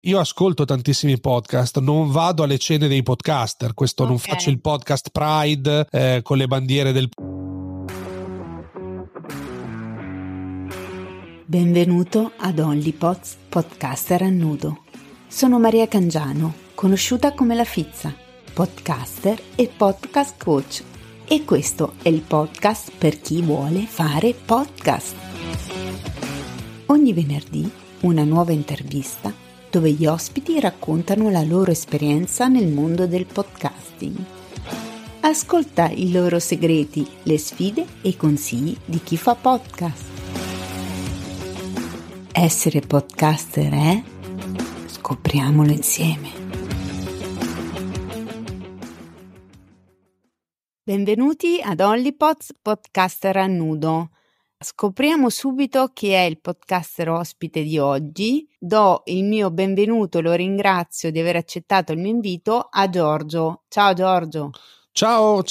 Io ascolto tantissimi podcast, non vado alle cene dei podcaster, questo non faccio il podcast Pride con le bandiere del... Benvenuto ad OnlyPods Podcaster a nudo. Sono Maria Cangiano, conosciuta come La Fizza, podcaster e podcast coach. E questo è il podcast per chi vuole fare podcast. Ogni venerdì una nuova intervista dove gli ospiti raccontano la loro esperienza nel mondo del podcasting. Ascolta i loro segreti, le sfide e i consigli di chi fa podcast. Essere podcaster è? Scopriamolo insieme. Benvenuti ad OnlyPods Podcaster a nudo. Scopriamo subito chi è il podcaster ospite di oggi. Do il mio benvenuto e lo ringrazio di aver accettato il mio invito a Giorgio. Ciao Giorgio. Ciao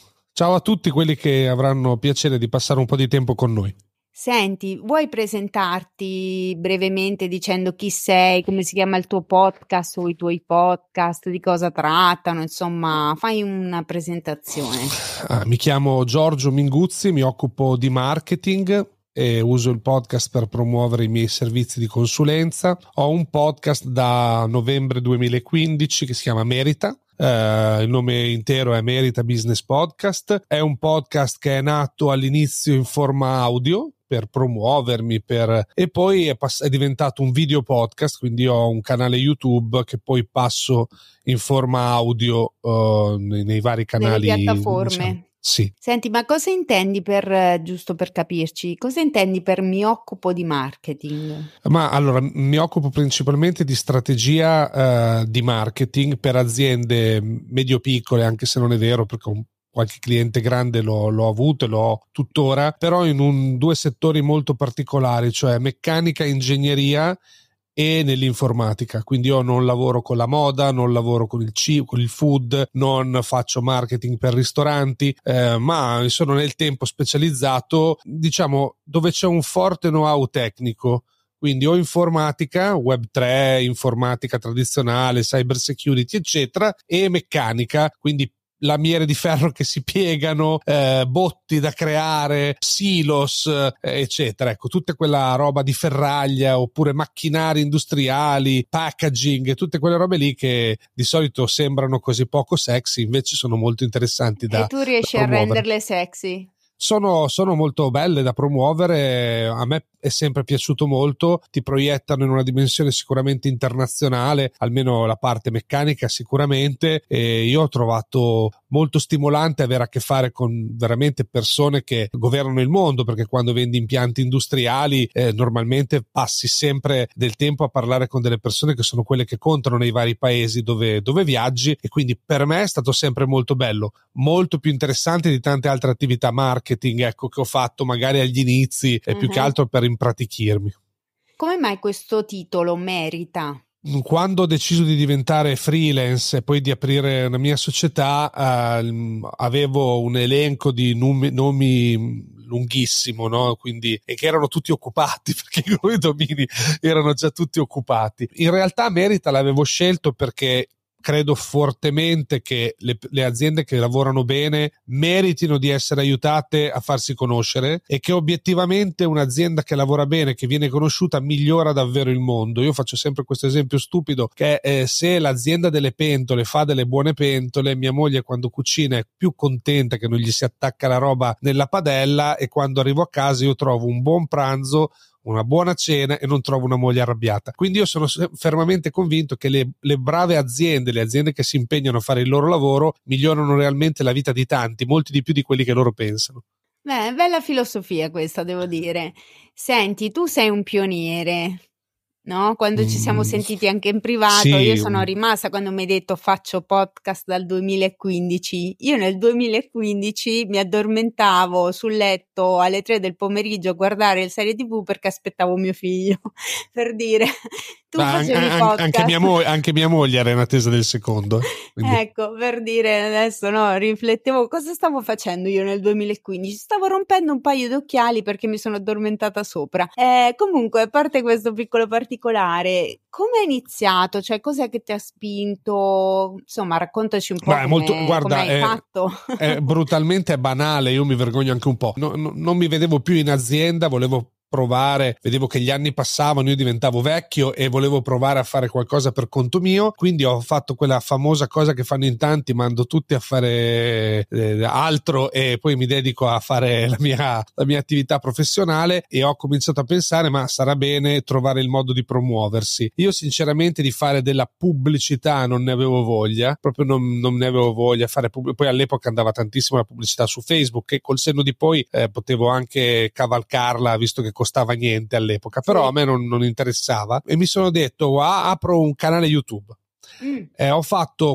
a tutti quelli che avranno piacere di passare un po' di tempo con noi. Senti, vuoi presentarti brevemente dicendo chi sei, come si chiama il tuo podcast o i tuoi podcast, di cosa trattano, insomma, fai una presentazione. Mi chiamo Giorgio Minguzzi, mi occupo di marketing e uso il podcast per promuovere i miei servizi di consulenza. Ho un podcast da novembre 2015 che si chiama Merita. Il nome intero è Merita Business Podcast. È un podcast che è nato all'inizio in forma audio per promuovermi, e poi è diventato un video podcast, quindi ho un canale YouTube che poi passo in forma audio nei vari canali, nelle piattaforme, diciamo. Sì. Senti, ma cosa intendi giusto per capirci, cosa intendi per mi occupo di marketing? Ma allora, mi occupo principalmente di strategia di marketing per aziende medio-piccole, anche se non è vero, perché qualche cliente grande l'ho avuto e l'ho tuttora, però in due settori molto particolari, cioè meccanica, ingegneria e nell'informatica. Quindi io non lavoro con la moda, non lavoro con il food, non faccio marketing per ristoranti, ma sono nel tempo specializzato, diciamo, dove c'è un forte know-how tecnico. Quindi o informatica, Web3, informatica tradizionale, cyber security, eccetera, e meccanica, quindi lamiere di ferro che si piegano, botti da creare, silos, eccetera. Ecco, tutta quella roba di ferraglia, oppure macchinari industriali, packaging, tutte quelle robe lì che di solito sembrano così poco sexy, invece sono molto interessanti da promuovere. E tu riesci a renderle sexy? Sono molto belle da promuovere, a me è sempre piaciuto molto, ti proiettano in una dimensione sicuramente internazionale, almeno la parte meccanica sicuramente, e io ho trovato molto stimolante avere a che fare con veramente persone che governano il mondo, perché quando vendi impianti industriali normalmente passi sempre del tempo a parlare con delle persone che sono quelle che contano nei vari paesi dove viaggi, e quindi per me è stato sempre molto bello, molto più interessante di tante altre attività marketing, ecco, che ho fatto magari agli inizi, più che altro per impratichirmi. Come mai questo titolo, Merita? Quando ho deciso di diventare freelance e poi di aprire una mia società, avevo un elenco di nomi lunghissimo, no? Quindi, e che erano tutti occupati, perché i nuovi domini erano già tutti occupati. In realtà Merita l'avevo scelto perché credo fortemente che le aziende che lavorano bene meritino di essere aiutate a farsi conoscere, e che obiettivamente un'azienda che lavora bene, che viene conosciuta, migliora davvero il mondo. Io faccio sempre questo esempio stupido, che se l'azienda delle pentole fa delle buone pentole, mia moglie quando cucina è più contenta che non gli si attacca la roba nella padella, e quando arrivo a casa io trovo un buon pranzo, una buona cena e non trovo una moglie arrabbiata. Quindi io sono fermamente convinto che le brave aziende, le aziende che si impegnano a fare il loro lavoro, migliorano realmente la vita di tanti, molti di più di quelli che loro pensano. Beh, bella filosofia questa, devo dire. Senti, tu sei un pioniere, no? Quando ci siamo sentiti anche in privato, sì, io sono rimasta quando mi hai detto faccio podcast dal 2015. Io nel 2015 mi addormentavo sul letto alle 3 del pomeriggio a guardare le serie TV perché aspettavo mio figlio, per dire. Tu facevi podcast. Anche mia moglie era in attesa del secondo. Quindi. Ecco, per dire adesso, no, riflettevo cosa stavo facendo io nel 2015. Stavo rompendo un paio d'occhiali perché mi sono addormentata sopra. Comunque, a parte questo piccolo particolare, come è iniziato? Cioè, cos'è che ti ha spinto? Insomma, raccontaci un po' come hai fatto. Brutalmente è banale, io mi vergogno anche un po'. Non mi vedevo più in azienda, volevo provare, vedevo che gli anni passavano, io diventavo vecchio e volevo provare a fare qualcosa per conto mio, quindi ho fatto quella famosa cosa che fanno in tanti, mando tutti a fare altro e poi mi dedico a fare la mia attività professionale, e ho cominciato a pensare, ma sarà bene trovare il modo di promuoversi. Io sinceramente di fare della pubblicità non ne avevo voglia, proprio non ne avevo voglia fare poi all'epoca andava tantissimo la pubblicità su Facebook e col senno di poi potevo anche cavalcarla, visto che costava niente all'epoca, però a me non interessava, e mi sono detto apro un canale YouTube. Ho fatto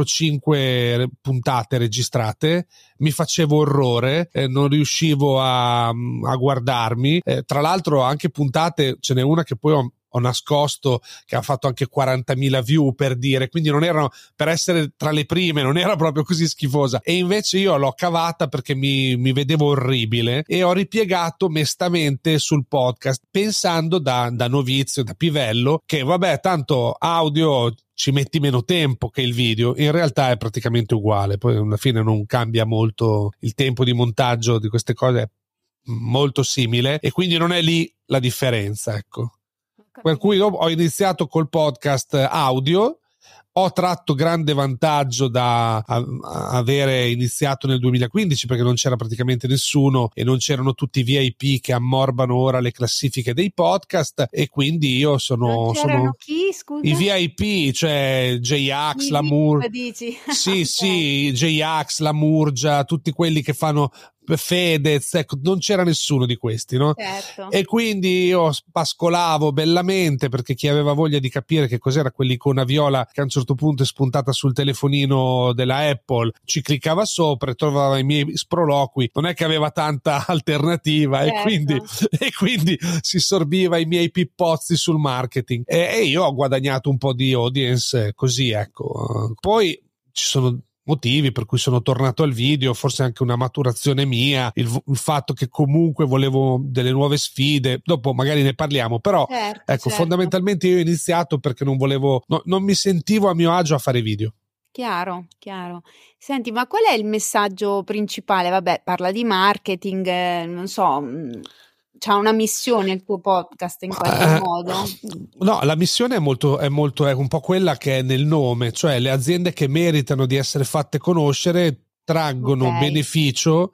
4-5 puntate registrate, mi facevo orrore, non riuscivo a guardarmi, tra l'altro anche puntate, ce n'è una che poi ho nascosto che ha fatto anche 40.000 view, per dire, quindi non erano, per essere tra le prime non era proprio così schifosa, e invece io l'ho cavata perché mi vedevo orribile e ho ripiegato mestamente sul podcast, pensando da novizio, da pivello, che vabbè, tanto audio ci metti meno tempo che il video, in realtà è praticamente uguale, poi alla fine non cambia molto, il tempo di montaggio di queste cose è molto simile e quindi non è lì la differenza, ecco. Per cui ho iniziato col podcast audio, ho tratto grande vantaggio da avere iniziato nel 2015 perché non c'era praticamente nessuno e non c'erano tutti i VIP che ammorbano ora le classifiche dei podcast, e quindi io sono chi, scusa? I VIP, cioè J-Ax, la Murgia, sì, J-Ax, la Murgia, tutti quelli che fanno Fedez, ecco, non c'era nessuno di questi, no? Certo. E quindi io pascolavo bellamente, perché chi aveva voglia di capire che cos'era quell'icona viola che a un certo punto è spuntata sul telefonino della Apple, ci cliccava sopra e trovava i miei sproloqui, non è che aveva tanta alternativa, certo. e quindi si sorbiva i miei pippozzi sul marketing, e io ho guadagnato un po' di audience così, ecco. Poi ci sono motivi per cui sono tornato al video, forse anche una maturazione mia, il fatto che comunque volevo delle nuove sfide, dopo magari ne parliamo, però certo. Fondamentalmente io ho iniziato perché non mi sentivo a mio agio a fare video. Chiaro. Senti, ma qual è il messaggio principale? Vabbè, parla di marketing, non so, c'ha una missione il tuo podcast in qualche modo? No, la missione è un po' quella che è nel nome, cioè le aziende che meritano di essere fatte conoscere traggono beneficio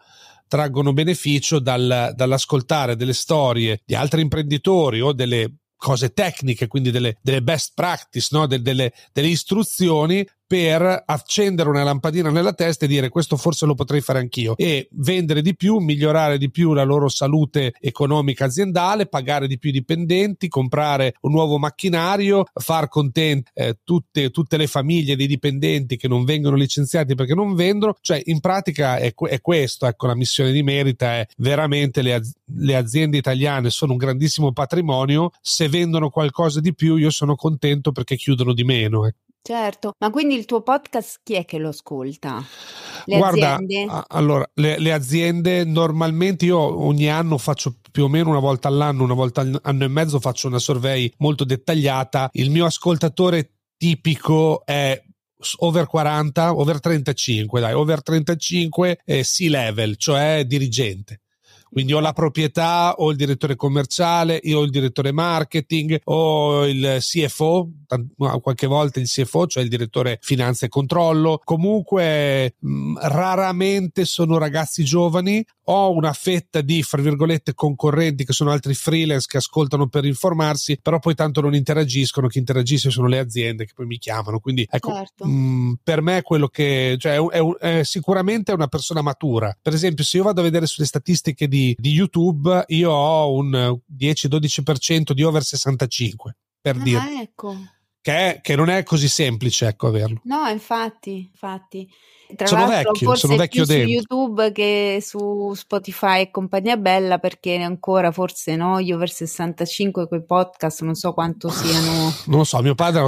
dall'ascoltare delle storie di altri imprenditori o delle cose tecniche, quindi delle best practice, no? delle istruzioni per accendere una lampadina nella testa e dire questo forse lo potrei fare anch'io, e vendere di più, migliorare di più la loro salute economica aziendale, pagare di più i dipendenti, comprare un nuovo macchinario, far contenti tutte le famiglie dei dipendenti che non vengono licenziati perché non vendono. Cioè in pratica è questo, ecco, la missione di Merita è veramente le aziende italiane sono un grandissimo patrimonio, se vendono qualcosa di più io sono contento perché chiudono di meno, ecco. Certo, ma quindi il tuo podcast chi è che lo ascolta? Aziende? Allora, le aziende normalmente, io ogni anno faccio più o meno una volta all'anno, una volta all'anno e mezzo faccio una survey molto dettagliata. Il mio ascoltatore tipico è over 40, over 35, over 35 C-level, cioè dirigente. Quindi o la proprietà o il direttore commerciale, io ho il direttore marketing o il CFO, qualche volta il CFO, cioè il direttore finanza e controllo. Comunque raramente sono ragazzi giovani. Ho una fetta di, fra virgolette, concorrenti che sono altri freelance che ascoltano per informarsi, però poi tanto non interagiscono. Chi interagisce sono le aziende che poi mi chiamano. Quindi ecco, certo. Per me quello che, cioè, è sicuramente una persona matura. Per esempio, se io vado a vedere sulle statistiche di YouTube, io ho un 10-12% di over 65, per dire. Ecco. che non è così semplice, ecco, averlo. No, infatti. Tra Sono l'altro vecchio, forse sono vecchio più su dentro. YouTube che su Spotify e compagnia bella, perché ancora forse no, gli over 65 quei podcast non so quanto siano. Non lo so, mio padre ha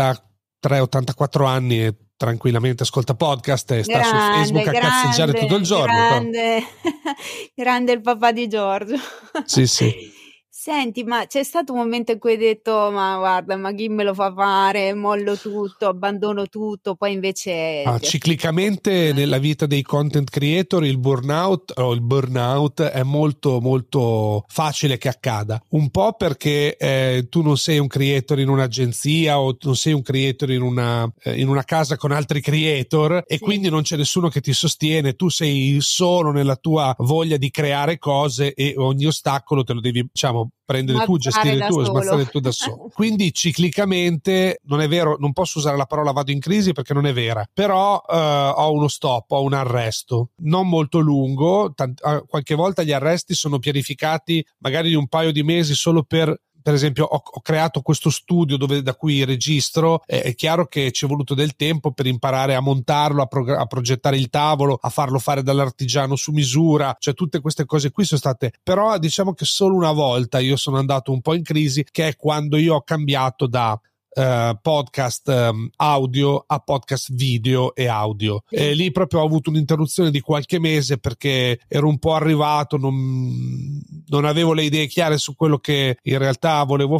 83-84 anni e tranquillamente ascolta podcast e sta su Facebook Grande, a cazzeggiare tutto il giorno. grande, grande il papà di Giorgio. Sì, sì. Senti, ma c'è stato un momento in cui hai detto, ma guarda, ma chi me lo fa fare? Mollo tutto, abbandono tutto, poi invece Ciclicamente nella vita dei content creator il burnout è molto molto facile che accada, un po' perché tu non sei un creator in un'agenzia o non sei un creator in una casa con altri creator e quindi non c'è nessuno che ti sostiene, tu sei solo nella tua voglia di creare cose e ogni ostacolo te lo devi, diciamo, prendere tu, gestire tu, smazzare tu da solo. Quindi ciclicamente, non è vero, non posso usare la parola vado in crisi perché non è vera, però ho uno stop, ho un arresto non molto lungo, qualche volta gli arresti sono pianificati magari di un paio di mesi solo per esempio ho creato questo studio da cui registro, è chiaro che ci è voluto del tempo per imparare a montarlo, a progettare il tavolo, a farlo fare dall'artigiano su misura, cioè tutte queste cose qui sono state, però diciamo che solo una volta io sono andato un po' in crisi, che è quando io ho cambiato da podcast audio a podcast video e audio. E lì proprio ho avuto un'interruzione di qualche mese perché ero un po' arrivato, non avevo le idee chiare su quello che in realtà volevo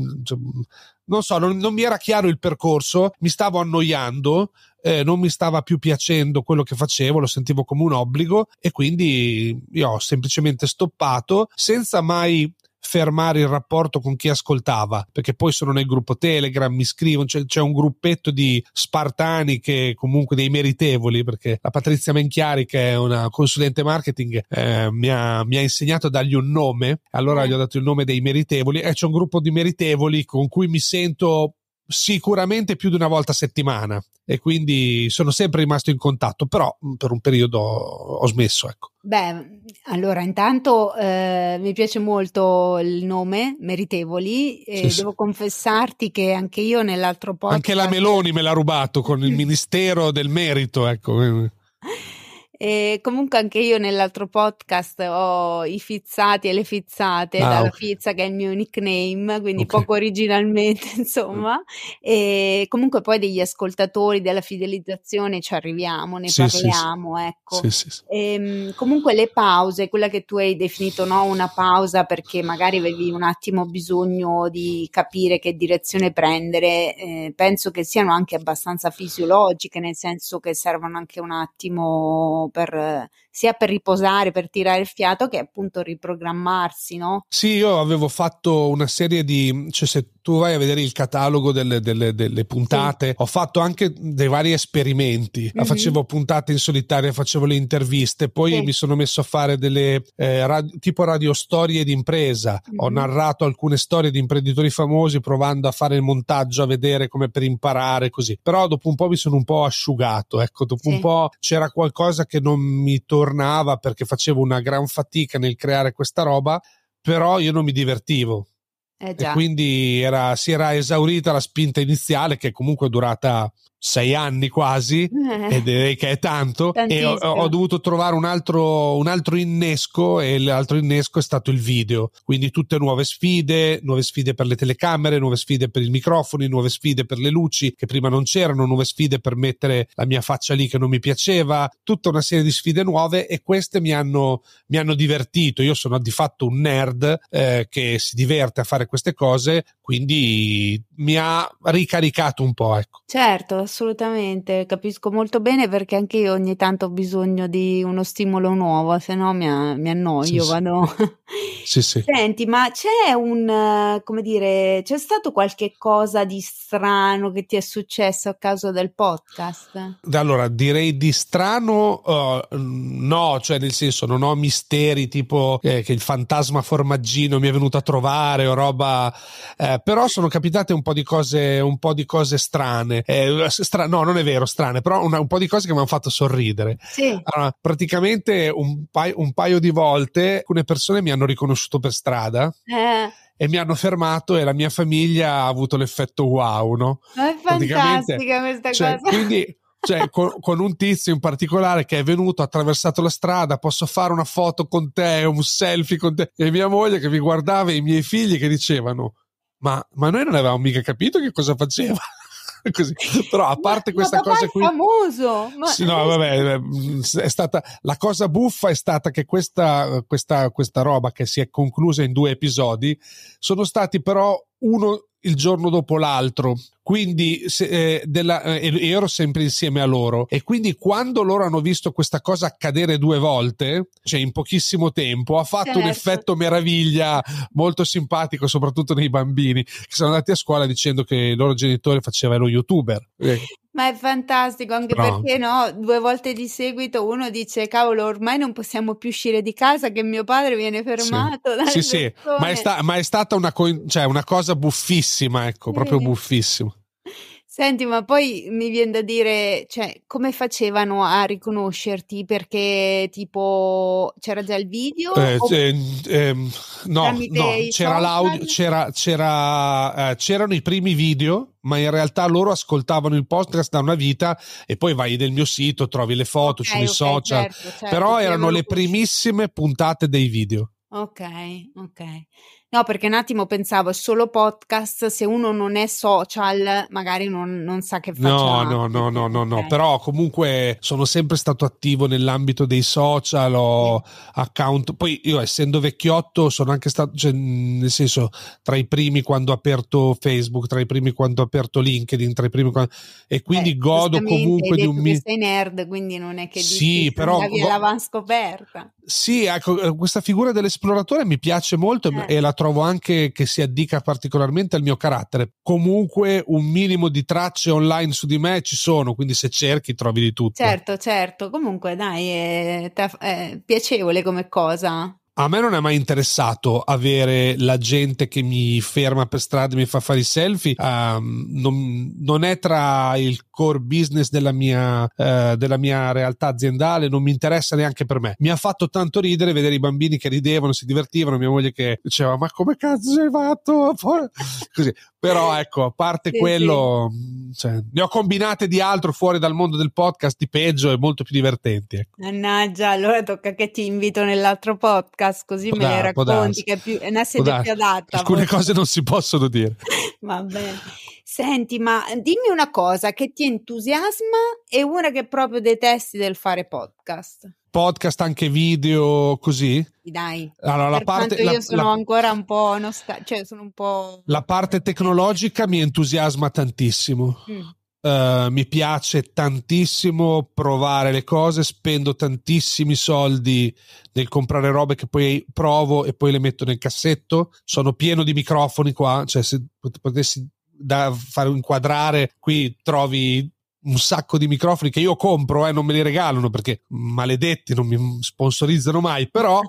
non so, non mi era chiaro il percorso, mi stavo annoiando, non mi stava più piacendo quello che facevo, lo sentivo come un obbligo e quindi io ho semplicemente stoppato senza mai fermare il rapporto con chi ascoltava, perché poi sono nel gruppo Telegram, mi scrivono, c'è un gruppetto di spartani che comunque dei meritevoli, perché la Patrizia Menchiari, che è una consulente marketing, mi ha insegnato a dargli un nome, allora gli ho dato il nome dei meritevoli e c'è un gruppo di meritevoli con cui mi sento sicuramente più di una volta a settimana e quindi sono sempre rimasto in contatto, però per un periodo ho smesso, ecco. Beh, allora intanto mi piace molto il nome, meritevoli, e Sì. devo confessarti che anche io nell'altro podcast... Anche la Meloni me l'ha rubato con il Ministero del Merito, ecco. E comunque anche io nell'altro podcast ho i fizzati e le fizzate, dalla Fizza che è il mio nickname, quindi poco originalmente insomma, e comunque poi degli ascoltatori, della fidelizzazione ci arriviamo, ne parliamo, ecco. Comunque le pause, quella che tu hai definito, no, una pausa perché magari avevi un attimo bisogno di capire che direzione prendere, penso che siano anche abbastanza fisiologiche, nel senso che servono anche un attimo sia per riposare, per tirare il fiato, che appunto riprogrammarsi, no? Sì, io avevo fatto una serie cioè se tu vai a vedere il catalogo delle puntate, ho fatto anche dei vari esperimenti, facevo puntate in solitaria, facevo le interviste, poi mi sono messo a fare delle tipo radiostorie d'impresa, ho narrato alcune storie di imprenditori famosi provando a fare il montaggio, a vedere come per imparare così, però dopo un po' mi sono un po' asciugato, ecco, dopo un po' c'era qualcosa che non mi tornava perché facevo una gran fatica nel creare questa roba, però io non mi divertivo. E quindi si era esaurita la spinta iniziale, che comunque è durata 6 anni quasi, e direi che è tanto, e ho dovuto trovare un altro innesco, e l'altro innesco è stato il video, quindi tutte nuove sfide per le telecamere, nuove sfide per i microfoni, nuove sfide per le luci che prima non c'erano, nuove sfide per mettere la mia faccia lì che non mi piaceva, tutta una serie di sfide nuove, e queste mi hanno divertito. Io sono di fatto un nerd che si diverte a fare queste cose, quindi mi ha ricaricato un po', ecco. Certo, assolutamente, capisco molto bene, perché anche io ogni tanto ho bisogno di uno stimolo nuovo, se no mi annoio, vado. Sì. Senti, ma c'è come dire, c'è stato qualche cosa di strano che ti è successo a causa del podcast? Allora, direi di strano no, cioè nel senso non ho misteri tipo che il fantasma formaggino mi è venuto a trovare o roba, però sono capitate un po' di cose strane, no, non è vero strane, però un po' di cose che mi hanno fatto sorridere. Allora, praticamente un paio di volte alcune persone mi hanno riconosciuto per strada e mi hanno fermato e la mia famiglia ha avuto l'effetto wow, no? Ma è fantastica questa cosa. Quindi con un tizio in particolare che è venuto, ha attraversato la strada, posso fare una foto con te, un selfie con te, e mia moglie che mi guardava e i miei figli che dicevano ma noi non avevamo mica capito che cosa faceva. Così. Però a parte questa cosa qui famoso. Sì, no, vabbè, è stata la cosa buffa è stata che questa roba che si è conclusa in 2 episodi sono stati però uno il giorno dopo l'altro, quindi io ero sempre insieme a loro, e quindi quando loro hanno visto questa cosa accadere 2 volte, cioè in pochissimo tempo, ha fatto un effetto meraviglia molto simpatico, soprattutto nei bambini che sono andati a scuola dicendo che il loro genitore faceva lo youtuber. Ma è fantastico, anche perché 2 volte di seguito uno dice cavolo, ormai non possiamo più uscire di casa che mio padre viene fermato dalle persone. Ma è stata una cosa buffissima, ecco, proprio buffissima. Senti, ma poi mi viene da dire, cioè, come facevano a riconoscerti? Perché tipo c'era già il video? No, c'era l'audio, c'erano i primi video, ma in realtà loro ascoltavano il podcast da una vita e poi vai nel mio sito, trovi le foto sui social, certo, però erano le primissime puntate dei video. Ok. No, perché un attimo pensavo, solo podcast, se uno non è social, magari non sa che faccia. No, però comunque sono sempre stato attivo nell'ambito dei social, ho account, poi io essendo vecchiotto sono anche stato, cioè, nel senso, tra i primi quando ho aperto Facebook, tra i primi quando ho aperto LinkedIn, tra i primi e quindi godo comunque di un che sei nerd, quindi non è che sì, però all'avanscoperta. Sì, ecco, questa figura dell'esploratore mi piace molto e la trovo anche che si addica particolarmente al mio carattere. Comunque un minimo di tracce online su di me ci sono, quindi se cerchi trovi di tutto. Certo, comunque dai, è piacevole come cosa. A me non è mai interessato avere la gente che mi ferma per strada e mi fa fare i selfie, non è tra il core business della mia realtà aziendale, non mi interessa neanche per me. Mi ha fatto tanto ridere vedere i bambini che ridevano, si divertivano, mia moglie che diceva ma come cazzo sei fatto? Così. Però ecco, a parte quello, cioè, ne ho combinate di altro fuori dal mondo del podcast di peggio e molto più divertenti. Ecco. Mannaggia, allora tocca che ti invito nell'altro podcast, così me le racconti, che è una sede più adatta. Alcune cose non si possono dire. Va bene. Senti, ma dimmi una cosa che ti entusiasma e una che proprio detesti del fare podcast. Podcast, anche video, così? Dai, allora, io sono ancora un po' cioè sono un po'... La parte tecnologica mi entusiasma tantissimo. Mi piace tantissimo provare le cose, spendo tantissimi soldi nel comprare robe che poi provo e poi le metto nel cassetto. Sono pieno di microfoni qua, cioè se potessi fare inquadrare, qui trovi un sacco di microfoni che io compro, non me li regalano perché maledetti non mi sponsorizzano mai, però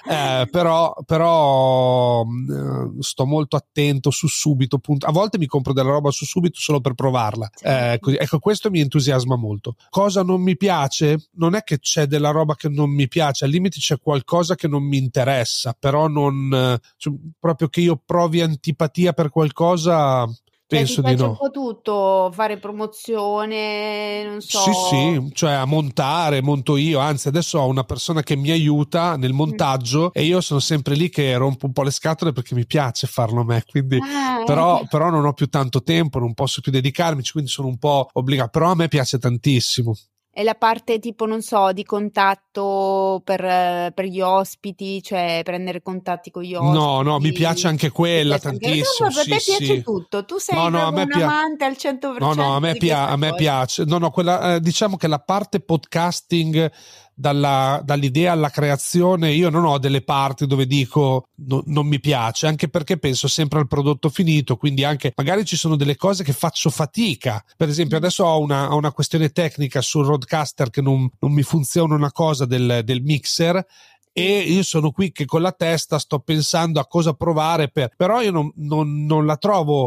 sto molto attento su Subito, a volte mi compro della roba su Subito solo per provarla, così. Ecco, questo mi entusiasma molto. Cosa non mi piace? Non è che c'è della roba che non mi piace, al limite c'è qualcosa che non mi interessa, però non proprio che io provi antipatia per qualcosa. Penso di no. Un po' tutto, fare promozione, non so. Sì, cioè monto io, anzi adesso ho una persona che mi aiuta nel montaggio e io sono sempre lì che rompo un po' le scatole perché mi piace farlo a me, quindi però non ho più tanto tempo, non posso più dedicarmici, quindi sono un po' obbligato, però a me piace tantissimo. E la parte tipo, non so, di contatto per gli ospiti, cioè prendere contatti con gli ospiti. No, mi piace anche quella tantissimo. A te piace tutto, tu sei un amante al 100%. No, a me piace. No, quella, diciamo che la parte podcasting dall'idea alla creazione, io non ho delle parti dove dico non mi piace, anche perché penso sempre al prodotto finito, quindi anche magari ci sono delle cose che faccio fatica. Per esempio adesso ho una questione tecnica sul Rodecaster che non mi funziona una cosa del mixer e io sono qui che con la testa sto pensando a cosa provare però io non la trovo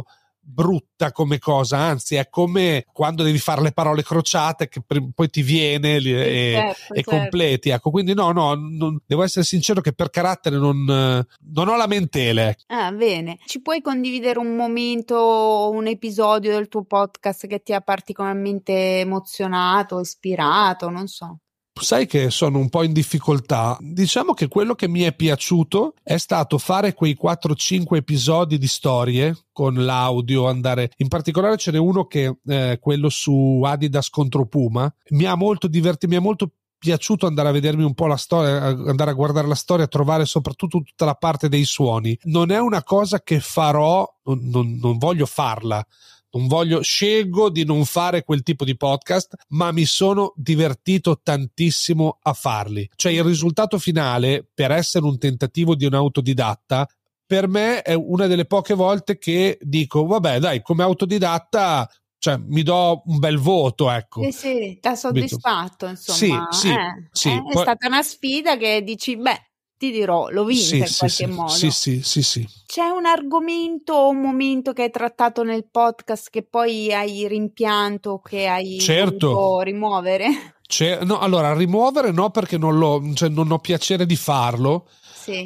brutta come cosa, anzi è come quando devi fare le parole crociate che poi ti viene e completi, ecco. Quindi devo essere sincero che per carattere non ho lamentele. Ah, bene. Ci puoi condividere un momento, un episodio del tuo podcast che ti ha particolarmente emozionato, ispirato, non so? Sai che sono un po' in difficoltà. Diciamo che quello che mi è piaciuto è stato fare quei 4-5 episodi di storie con l'audio, in particolare ce n'è uno che quello su Adidas contro Puma, mi ha molto divertito, mi è molto piaciuto andare a vedermi un po' la storia, andare a guardare la storia, trovare soprattutto tutta la parte dei suoni. Non è una cosa che farò, non voglio farla. Scelgo di non fare quel tipo di podcast, ma mi sono divertito tantissimo a farli. Cioè il risultato finale, per essere un tentativo di un autodidatta, per me è una delle poche volte che dico, vabbè dai, come autodidatta, cioè mi do un bel voto, ecco. Sì, t'ha soddisfatto, insomma. Sì. È stata una sfida che dici, ti dirò, l'ho vinta in qualche modo. Sì. C'è un argomento o un momento che hai trattato nel podcast che poi hai rimpianto, che hai voluto rimuovere? No, allora, rimuovere no, perché non ho piacere di farlo. Sì.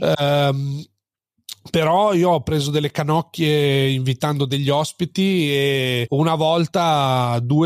Però io ho preso delle canocchie invitando degli ospiti e una volta due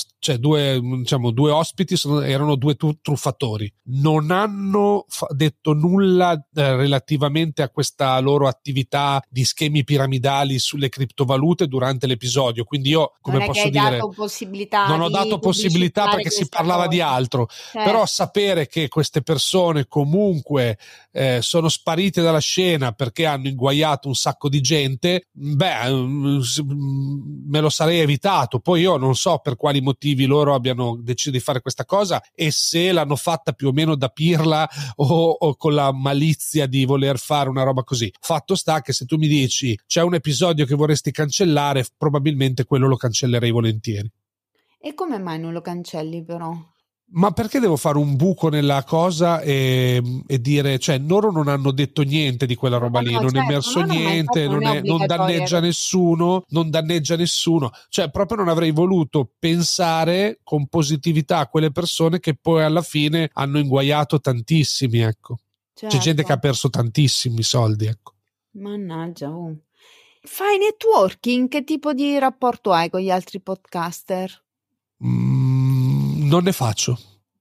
ospiti erano due truffatori. Non hanno detto nulla relativamente a questa loro attività di schemi piramidali sulle criptovalute durante l'episodio, quindi io, come posso dire, non ho dato possibilità perché si parlava di altro. Però sapere che queste persone comunque sono sparite dalla scena perché hanno inguaiato un sacco di gente, me lo sarei evitato. Poi io non so per quali motivi loro abbiano deciso di fare questa cosa e se l'hanno fatta più o meno da pirla o con la malizia di voler fare una roba così. Fatto sta che se tu mi dici c'è un episodio che vorresti cancellare, probabilmente quello lo cancellerei volentieri. E come mai non lo cancelli però? Ma perché devo fare un buco nella cosa e dire, cioè loro non hanno detto niente di quella roba lì, non è emerso niente, non danneggia nessuno, cioè proprio non avrei voluto pensare con positività a quelle persone che poi alla fine hanno inguaiato tantissimi, ecco. C'è gente che ha perso tantissimi soldi, ecco. Mannaggia. Fai networking? Che tipo di rapporto hai con gli altri podcaster? Non ne faccio.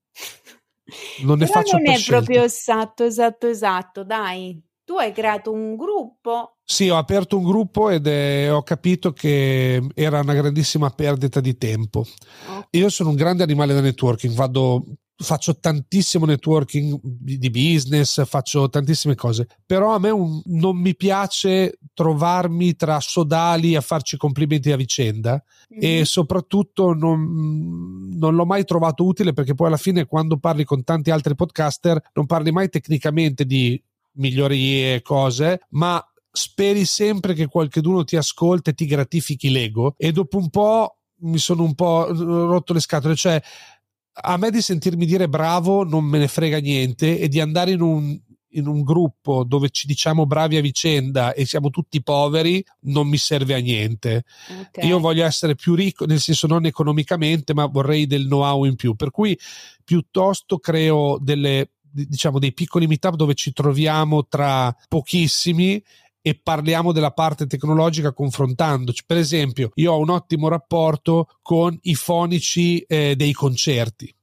Non ne faccio non per è scelta. Proprio esatto, dai. Tu hai creato un gruppo? Sì, ho aperto un gruppo ed ho capito che era una grandissima perdita di tempo. Io sono un grande animale da networking, faccio tantissimo networking di business, faccio tantissime cose, però a me non mi piace trovarmi tra sodali a farci complimenti a vicenda e soprattutto non l'ho mai trovato utile, perché poi alla fine quando parli con tanti altri podcaster non parli mai tecnicamente di migliorie, cose, ma speri sempre che qualcuno ti ascolta e ti gratifichi l'ego, e dopo un po' mi sono un po' rotto le scatole. Cioè, a me di sentirmi dire bravo non me ne frega niente, e di andare in un gruppo dove ci diciamo bravi a vicenda e siamo tutti poveri non mi serve a niente. Io voglio essere più ricco, nel senso non economicamente, ma vorrei del know-how in più, per cui piuttosto creo dei piccoli meetup dove ci troviamo tra pochissimi e parliamo della parte tecnologica confrontandoci. Per esempio, io ho un ottimo rapporto con i fonici dei concerti.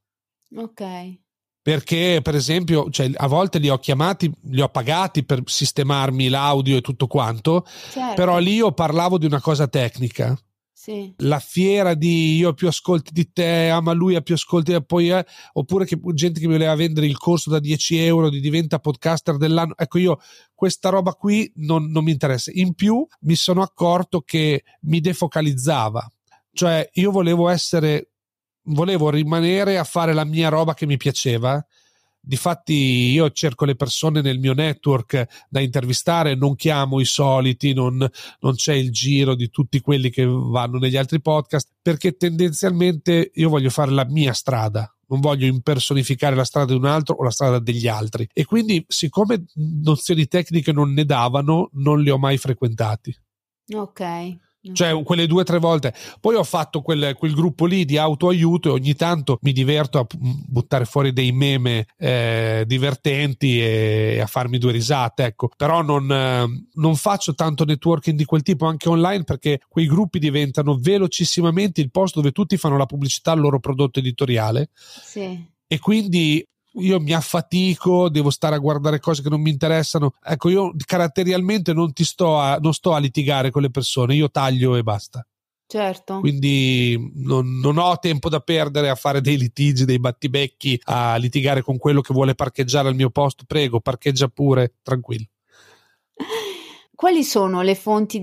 Perché, per esempio, a volte li ho chiamati, li ho pagati per sistemarmi l'audio e tutto quanto, però lì io parlavo di una cosa tecnica. Sì. La fiera di io ho più ascolti di te, ma lui ha più ascolti e poi oppure che gente che mi voleva vendere il corso da 10 euro di diventa podcaster dell'anno. Ecco, io questa roba qui non mi interessa. In più mi sono accorto che mi defocalizzava, cioè io volevo rimanere a fare la mia roba che mi piaceva. Difatti io cerco le persone nel mio network da intervistare, non chiamo i soliti, non c'è il giro di tutti quelli che vanno negli altri podcast, perché tendenzialmente io voglio fare la mia strada, non voglio impersonificare la strada di un altro o la strada degli altri, e quindi siccome nozioni tecniche non ne davano, non li ho mai frequentati. Cioè quelle 2 o 3 volte. Poi ho fatto quel gruppo lì di autoaiuto e ogni tanto mi diverto a buttare fuori dei meme divertenti e a farmi 2 risate, ecco. Però non faccio tanto networking di quel tipo anche online, perché quei gruppi diventano velocissimamente il posto dove tutti fanno la pubblicità al loro prodotto editoriale. Sì. E quindi io mi affatico, devo stare a guardare cose che non mi interessano. Ecco, io caratterialmente non sto a litigare con le persone, io taglio e basta. Certo. Quindi non ho tempo da perdere a fare dei litigi, dei battibecchi, a litigare con quello che vuole parcheggiare al mio posto. Prego, parcheggia pure, tranquillo. Quali sono le fonti di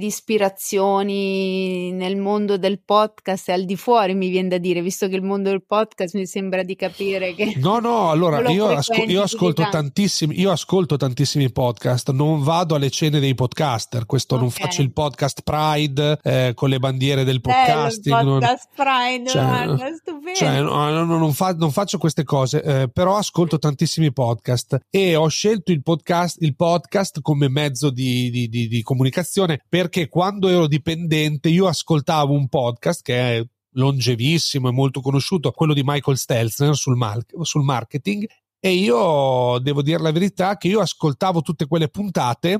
ispirazioni nel mondo del podcast e al di fuori, mi viene da dire, visto che il mondo del podcast mi sembra di capire che... No, allora io ascolto tantissimi podcast, non vado alle cene dei podcaster, questo non faccio il podcast Pride con le bandiere del podcasting. Il podcast Pride, stupendo. Non faccio queste cose, però ascolto tantissimi podcast e ho scelto il podcast come mezzo di comunicazione, perché quando ero dipendente io ascoltavo un podcast che è longevissimo e molto conosciuto, quello di Michael Stelzner sul marketing, e io devo dire la verità che io ascoltavo tutte quelle puntate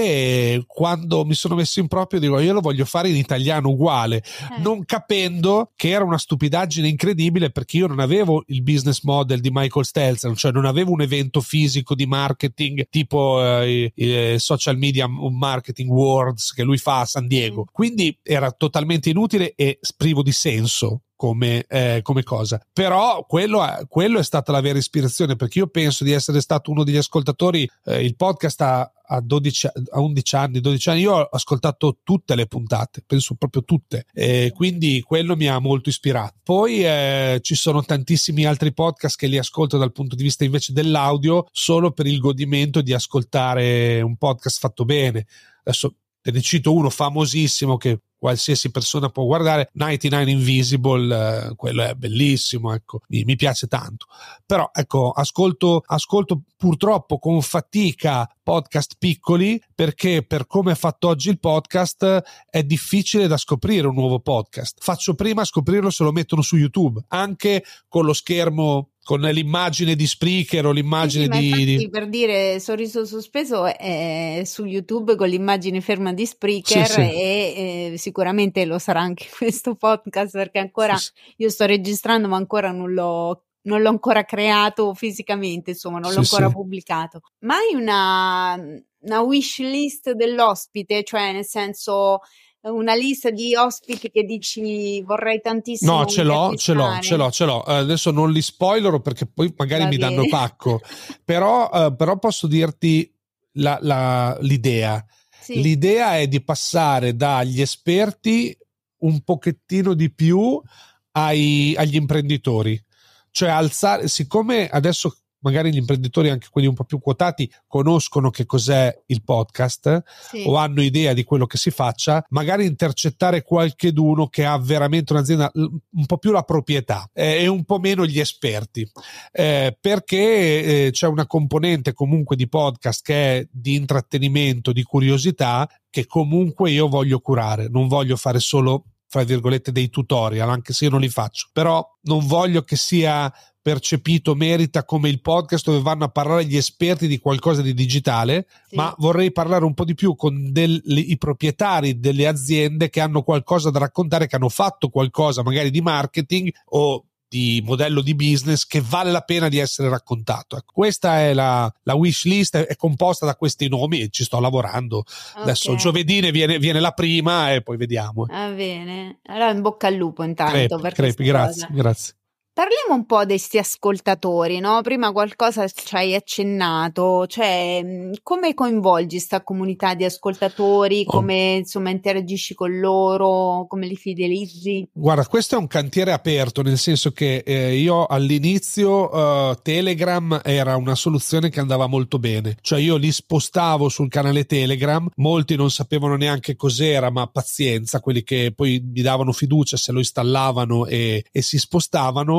e quando mi sono messo in proprio dico io lo voglio fare in italiano uguale, non capendo che era una stupidaggine incredibile, perché io non avevo il business model di Michael Stelzner, cioè non avevo un evento fisico di marketing tipo social media marketing worlds che lui fa a San Diego, quindi era totalmente inutile e privo di senso come cosa. Però quello è stata la vera ispirazione, perché io penso di essere stato uno degli ascoltatori, il podcast a 11 anni, io ho ascoltato tutte le puntate, penso proprio tutte, quindi quello mi ha molto ispirato. Poi ci sono tantissimi altri podcast che li ascolto dal punto di vista invece dell'audio, solo per il godimento di ascoltare un podcast fatto bene. Adesso te ne cito uno famosissimo che qualsiasi persona può guardare, 99 Invisible, quello è bellissimo, ecco, mi piace tanto. Però ecco, ascolto purtroppo con fatica podcast piccoli, perché per come è fatto oggi il podcast è difficile da scoprire un nuovo podcast. Faccio prima a scoprirlo se lo mettono su YouTube, anche con lo schermo, con l'immagine di Spreaker o l'immagine infatti, per dire, Sorriso Sospeso è su YouTube con l'immagine ferma di Spreaker, e sicuramente lo sarà anche questo podcast, perché ancora io sto registrando ma ancora non l'ho ancora creato fisicamente, insomma non l'ho ancora pubblicato. Ma hai una wish list dell'ospite, cioè nel senso una lista di ospiti che dici vorrei tantissimo? No, ce l'ho. Adesso non li spoilerò perché poi magari mi danno pacco, però posso dirti l'idea. Sì. L'idea è di passare dagli esperti un pochettino di più agli imprenditori, cioè alzare, siccome adesso magari gli imprenditori, anche quelli un po' più quotati, conoscono che cos'è il podcast o hanno idea di quello che si faccia, magari intercettare qualcheduno che ha veramente un'azienda, un po' più la proprietà e un po' meno gli esperti, perché c'è una componente comunque di podcast che è di intrattenimento, di curiosità, che comunque io voglio curare. Non voglio fare solo, fra virgolette, dei tutorial, anche se io non li faccio, però non voglio che sia percepito, merita come il podcast dove vanno a parlare gli esperti di qualcosa di digitale, ma vorrei parlare un po' di più con i proprietari delle aziende che hanno qualcosa da raccontare, che hanno fatto qualcosa magari di marketing o di modello di business che vale la pena di essere raccontato. Ecco, questa è la wish list, è composta da questi nomi e ci sto lavorando. Adesso giovedì ne viene la prima e poi vediamo. Va bene, allora in bocca al lupo intanto. Crepi, grazie. Parliamo un po' di questi ascoltatori, no? Prima qualcosa ci hai accennato, cioè come coinvolgi sta comunità di ascoltatori, come insomma interagisci con loro, come li fidelizzi? Guarda, questo è un cantiere aperto, nel senso che io all'inizio Telegram era una soluzione che andava molto bene, cioè io li spostavo sul canale Telegram, molti non sapevano neanche cos'era, ma pazienza, quelli che poi mi davano fiducia se lo installavano e si spostavano.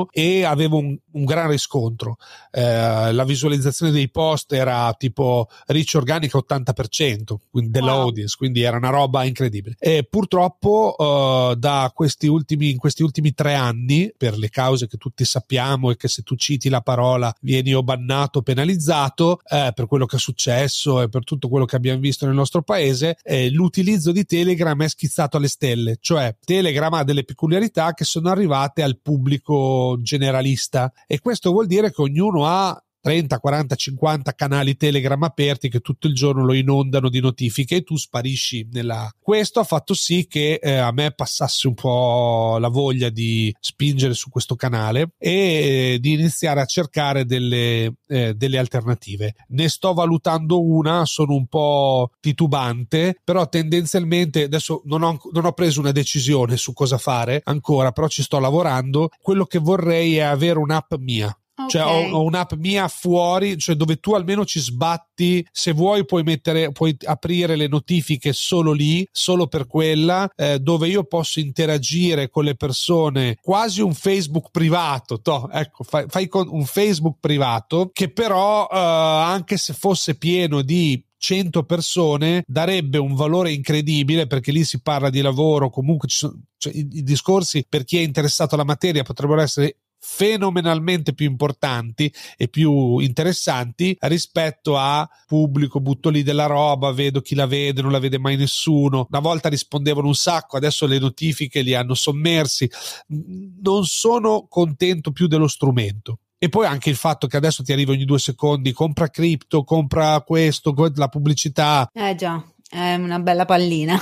e avevo un gran riscontro. La visualizzazione dei post era tipo reach organica 80%, quindi dell'audience, quindi era una roba incredibile. E purtroppo in questi ultimi 3 anni, per le cause che tutti sappiamo e che se tu citi la parola vieni o bannato o penalizzato, per quello che è successo e per tutto quello che abbiamo visto nel nostro paese, l'utilizzo di Telegram è schizzato alle stelle. Cioè Telegram ha delle peculiarità che sono arrivate al pubblico generalista, e questo vuol dire che ognuno ha 30, 40, 50 canali Telegram aperti che tutto il giorno lo inondano di notifiche e tu sparisci Questo ha fatto sì che a me passasse un po' la voglia di spingere su questo canale e di iniziare a cercare delle alternative. Ne sto valutando una, sono un po' titubante, però tendenzialmente adesso non ho preso una decisione su cosa fare ancora, però ci sto lavorando. Quello che vorrei è avere un'app mia. Cioè ho un'app mia fuori, cioè dove tu almeno ci sbatti, se vuoi puoi aprire le notifiche solo lì, solo per quella, dove io posso interagire con le persone, quasi un Facebook privato. Ecco, fai con un Facebook privato che però anche se fosse pieno di 100 persone darebbe un valore incredibile, perché lì si parla di lavoro, comunque i discorsi per chi è interessato alla materia potrebbero essere fenomenalmente più importanti e più interessanti rispetto a pubblico, butto lì della roba, vedo chi la vede, non la vede mai nessuno. Una volta rispondevano un sacco, adesso le notifiche li hanno sommersi. Non sono contento più dello strumento. E poi anche il fatto che adesso ti arriva ogni 2 secondi, compra cripto, compra questo, la pubblicità. Già, è una bella pallina.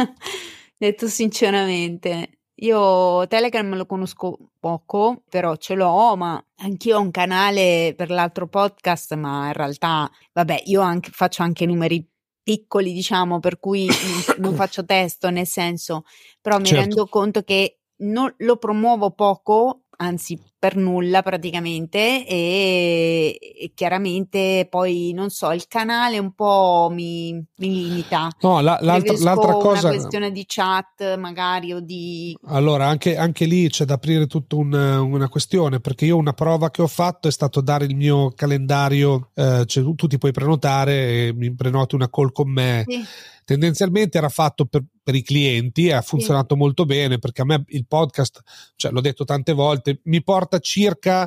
Detto sinceramente. Io Telegram lo conosco poco, però ce l'ho, ma anch'io ho un canale per l'altro podcast, ma in realtà, vabbè, io faccio anche numeri piccoli, diciamo, per cui non faccio testo, nel senso, però mi rendo conto che non lo promuovo poco, anzi per nulla praticamente, e chiaramente poi non so, il canale un po' mi limita. No, l'altra cosa, una questione di chat magari o di... Allora anche lì c'è da aprire tutta una questione, perché io una prova che ho fatto è stato dare il mio calendario, cioè tu ti puoi prenotare e mi prenoti una call con me. Sì. Tendenzialmente era fatto per i clienti e ha funzionato molto bene, perché a me il podcast, cioè l'ho detto tante volte, mi porta circa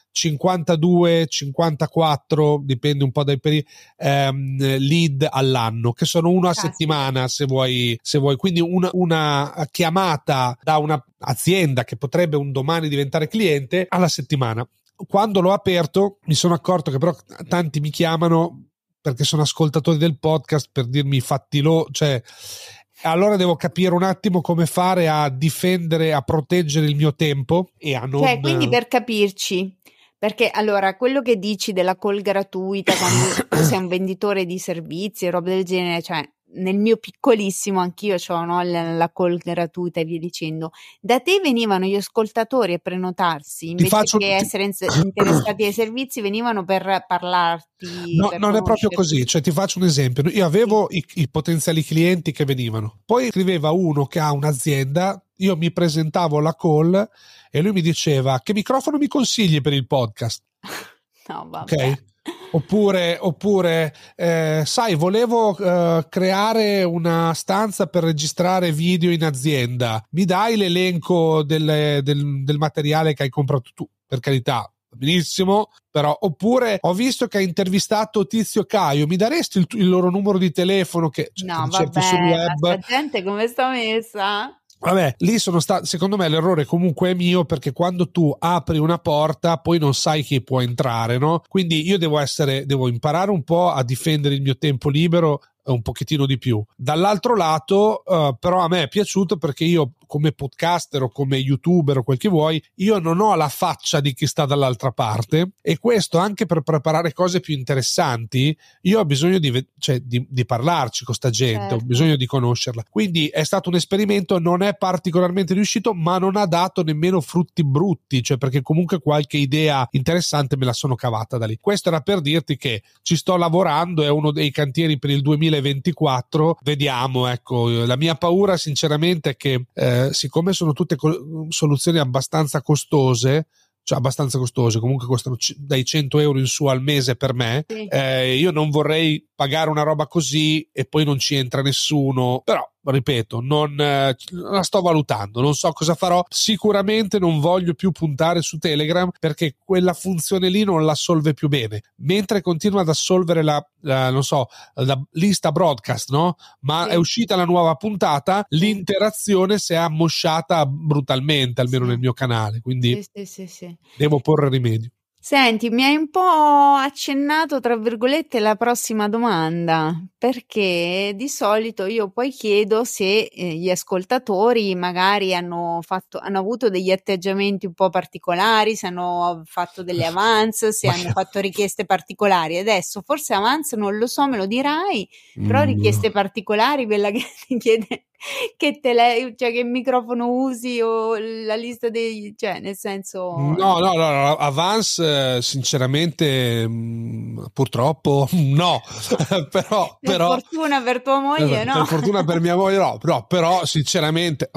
52, 54, dipende un po' dai periodi, lead all'anno, che sono uno a settimana se vuoi, quindi una chiamata da una azienda che potrebbe un domani diventare cliente alla settimana. Quando l'ho aperto mi sono accorto che però tanti mi chiamano perché sono ascoltatori del podcast per dirmi fattilo, cioè allora devo capire un attimo come fare a difendere, a proteggere il mio tempo e a non... Cioè, quindi per capirci, perché allora quello che dici della call gratuita quando sei un venditore di servizi e roba del genere, cioè nel mio piccolissimo anch'io c'ho, no, la call gratuita e via dicendo. Da te venivano gli ascoltatori a prenotarsi invece che essere interessati ai servizi, venivano per parlarti. No, per non è proprio così, cioè ti faccio un esempio. Io avevo i potenziali clienti che venivano, poi scriveva uno che ha un'azienda, io mi presentavo alla call e lui mi diceva: che microfono mi consigli per il podcast? No, vabbè. Ok? Oppure sai, volevo creare una stanza per registrare video in azienda, mi dai l'elenco del materiale che hai comprato tu? Per carità, benissimo, però. Oppure ho visto che hai intervistato Tizio Caio, mi daresti il loro numero di telefono? Che no, cerchi sul web. la gente come sta messa? Vabbè, lì secondo me l'errore comunque è mio, perché quando tu apri una porta poi non sai chi può entrare, no? Quindi io devo imparare un po' a difendere il mio tempo libero un pochettino di più. Dall'altro lato però a me è piaciuto perché io come podcaster o come youtuber o quel che vuoi, io non ho la faccia di chi sta dall'altra parte, e questo anche per preparare cose più interessanti io ho bisogno di parlarci con sta gente, ho bisogno di conoscerla. Quindi è stato un esperimento, non è particolarmente riuscito, ma non ha dato nemmeno frutti brutti, cioè perché comunque qualche idea interessante me la sono cavata da lì. Questo era per dirti che ci sto lavorando, è uno dei cantieri per il 2024, vediamo. Ecco, la mia paura sinceramente è che siccome sono tutte soluzioni abbastanza costose, cioè abbastanza costose, comunque costano dai 100 euro in su al mese per me. Sì. Io non vorrei pagare una roba così e poi non ci entra nessuno, però ripeto, non la sto valutando, non so cosa farò. Sicuramente non voglio più puntare su Telegram perché quella funzione lì non la assolve più bene, mentre continua ad assolvere la lista broadcast, no? Ma Sì. è uscita la nuova puntata, l'interazione si è ammosciata brutalmente, almeno nel mio canale, quindi Sì. devo porre rimedio. Senti, mi hai un po' accennato, tra virgolette, la prossima domanda, perché di solito io poi chiedo se gli ascoltatori magari hanno avuto degli atteggiamenti un po' particolari, se hanno fatto delle avance, se hanno fatto richieste particolari. Adesso forse avance non lo so, me lo dirai, però richieste particolari, quella che ti chiede cioè che microfono usi o la lista dei, cioè nel senso no, avance sinceramente purtroppo no. però per fortuna per tua moglie no, per fortuna per mia moglie no, però sinceramente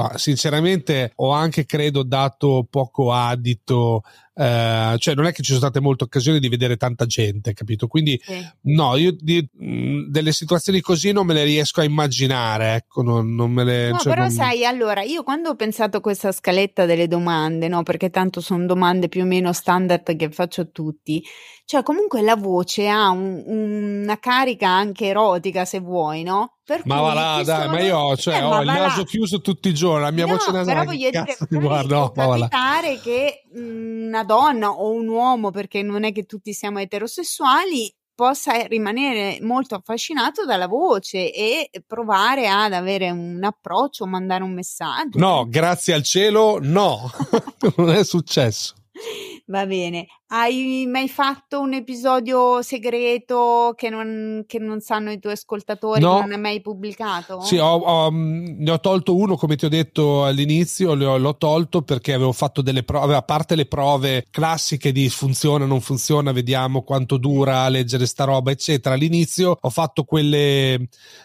ho anche credo dato poco adito, cioè non è che ci sono state molte occasioni di vedere tanta gente, capito? Quindi no, io delle situazioni così non me le riesco a immaginare, ecco, non me le... No, cioè, però sai, allora, io quando ho pensato a questa scaletta delle domande, no, perché tanto sono domande più o meno standard che faccio a tutti, cioè comunque la voce ha una carica anche erotica, se vuoi, no? Per ma cui va là, dai, ma io ho il naso chiuso tutti i giorni, la mia voce nasale, però voglio dire, può capitare che una donna o un uomo, perché non è che tutti siamo eterosessuali, possa rimanere molto affascinato dalla voce e provare ad avere un approccio, mandare un messaggio. No, grazie al cielo, no, non è successo. Va bene. Hai mai fatto un episodio segreto che non sanno i tuoi ascoltatori, no, che non hai mai pubblicato? Sì, ne ho tolto uno, come ti ho detto all'inizio, l'ho tolto perché avevo fatto delle prove, a parte le prove classiche di funziona, non funziona, vediamo quanto dura leggere sta roba, eccetera. All'inizio ho fatto quei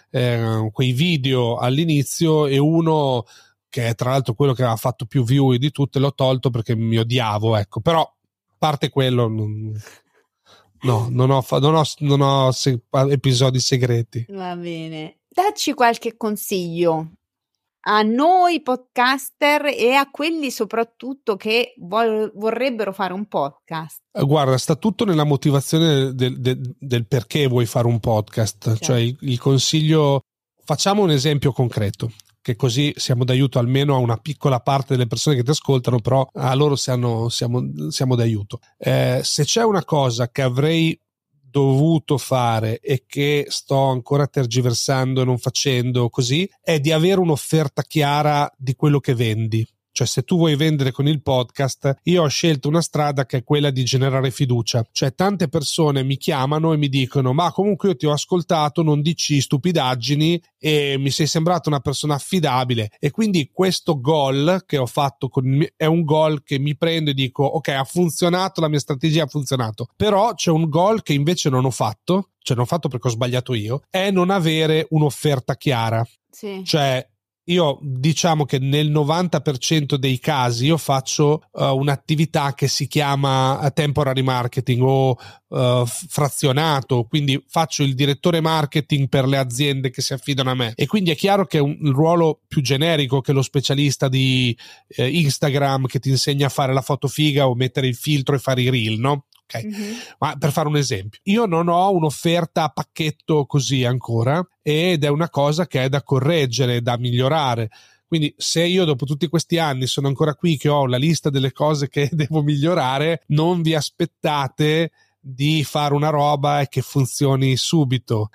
video all'inizio, e uno che è tra l'altro quello che aveva fatto più view di tutte l'ho tolto perché mi odiavo, ecco. Però a parte quello non ho episodi segreti. Va bene. Dacci qualche consiglio a noi podcaster e a quelli soprattutto che vorrebbero fare un podcast. Guarda, sta tutto nella motivazione del perché vuoi fare un podcast. Certo. Cioè il consiglio, facciamo un esempio concreto, che così siamo d'aiuto almeno a una piccola parte delle persone che ti ascoltano, però a loro siamo d'aiuto. Se c'è una cosa che avrei dovuto fare e che sto ancora tergiversando e non facendo così, è di avere un'offerta chiara di quello che vendi. Cioè, se tu vuoi vendere con il podcast, io ho scelto una strada che è quella di generare fiducia. Cioè, tante persone mi chiamano e mi dicono: ma comunque io ti ho ascoltato, non dici stupidaggini e mi sei sembrato una persona affidabile. E quindi questo goal che ho fatto è un goal che mi prendo e dico: ok, ha funzionato, la mia strategia ha funzionato. Però c'è un goal che invece non ho fatto, cioè non ho fatto perché ho sbagliato io, è non avere un'offerta chiara. Sì. Cioè, io diciamo che nel 90% dei casi io faccio un'attività che si chiama temporary marketing o frazionato, quindi faccio il direttore marketing per le aziende che si affidano a me, e quindi è chiaro che è un ruolo più generico che lo specialista di Instagram che ti insegna a fare la foto figa o mettere il filtro e fare i reel, no? Okay. Mm-hmm. Ma per fare un esempio, io non ho un'offerta a pacchetto così ancora, ed è una cosa che è da correggere, da migliorare. Quindi se io dopo tutti questi anni sono ancora qui che ho la lista delle cose che devo migliorare, non vi aspettate di fare una roba e che funzioni subito.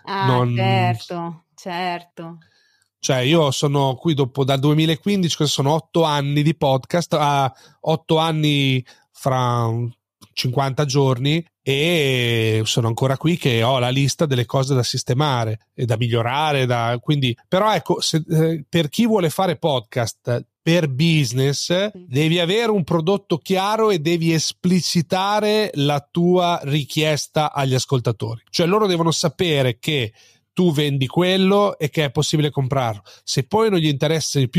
Certo. Cioè io sono qui dal 2015, sono 8 anni di podcast, 8 anni fra 50 giorni, e sono ancora qui che ho la lista delle cose da sistemare e da migliorare, quindi però ecco, per chi vuole fare podcast per business devi avere un prodotto chiaro e devi esplicitare la tua richiesta agli ascoltatori, cioè loro devono sapere che tu vendi quello e che è possibile comprarlo. Se poi non gli interessa di più,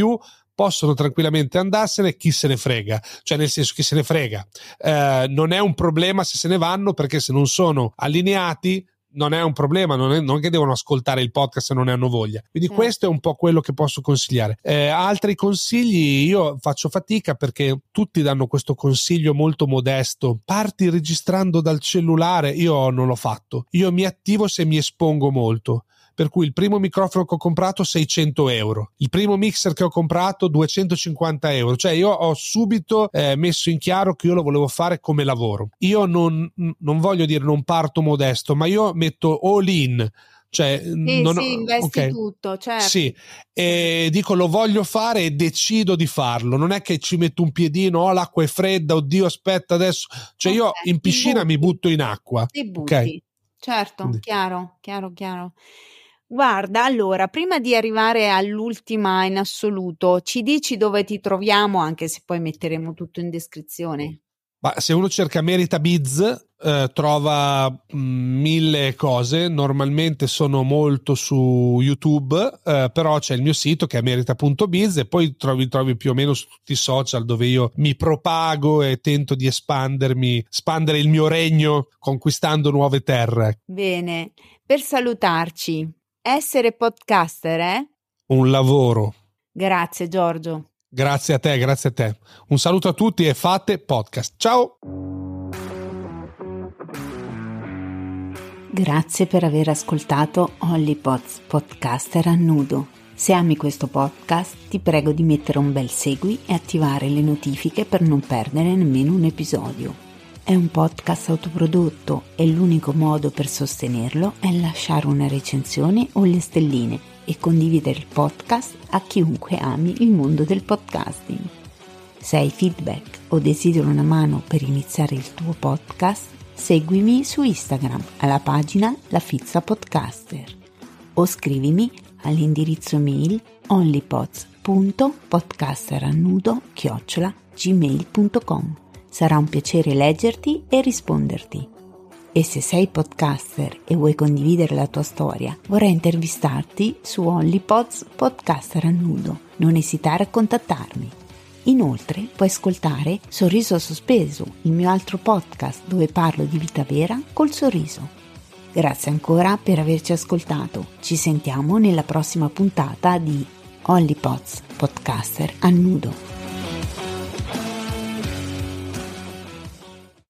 possono tranquillamente andarsene, chi se ne frega, cioè nel senso chi se ne frega, non è un problema se se ne vanno, perché se non sono allineati non è un problema, non che devono ascoltare il podcast se non ne hanno voglia. Quindi questo è un po' quello che posso consigliare. Altri consigli, io faccio fatica perché tutti danno questo consiglio molto modesto: parti registrando dal cellulare. Io non l'ho fatto, io mi attivo se mi espongo molto. Per cui il primo microfono che ho comprato 600 euro, il primo mixer che ho comprato 250 euro, cioè io ho subito messo in chiaro che io lo volevo fare come lavoro. Io non voglio dire non parto modesto, ma io metto all in, cioè investi tutto, certo. Sì, e dico lo voglio fare e decido di farlo, non è che ci metto un piedino, l'acqua è fredda, oddio aspetta adesso, cioè io in piscina mi butto in acqua. Ti butti, okay? Certo, Quindi. chiaro. Guarda, allora, prima di arrivare all'ultima in assoluto, ci dici dove ti troviamo, anche se poi metteremo tutto in descrizione. Ma se uno cerca Merita Biz trova 1000 cose, normalmente sono molto su YouTube, però c'è il mio sito che è merita.biz e poi trovi più o meno su tutti i social dove io mi propago e tento di espandere il mio regno conquistando nuove terre. Bene, per salutarci, essere podcaster, Un lavoro. Grazie Giorgio. Grazie a te. Un saluto a tutti e fate podcast. Ciao! Grazie per aver ascoltato OnlyPods Podcaster a nudo. Se ami questo podcast, ti prego di mettere un bel segui e attivare le notifiche per non perdere nemmeno un episodio. È un podcast autoprodotto e l'unico modo per sostenerlo è lasciare una recensione o le stelline e condividere il podcast a chiunque ami il mondo del podcasting. Se hai feedback o desideri una mano per iniziare il tuo podcast, seguimi su Instagram alla pagina La Fizza Podcaster o scrivimi all'indirizzo mail onlypods.podcasterannudo@gmail.com. Sarà un piacere leggerti e risponderti. E se sei podcaster e vuoi condividere la tua storia, vorrei intervistarti su OnlyPods Podcaster a nudo. Non esitare a contattarmi. Inoltre puoi ascoltare Sorriso Sospeso, il mio altro podcast dove parlo di vita vera col sorriso. Grazie ancora per averci ascoltato. Ci sentiamo nella prossima puntata di OnlyPods Podcaster a nudo.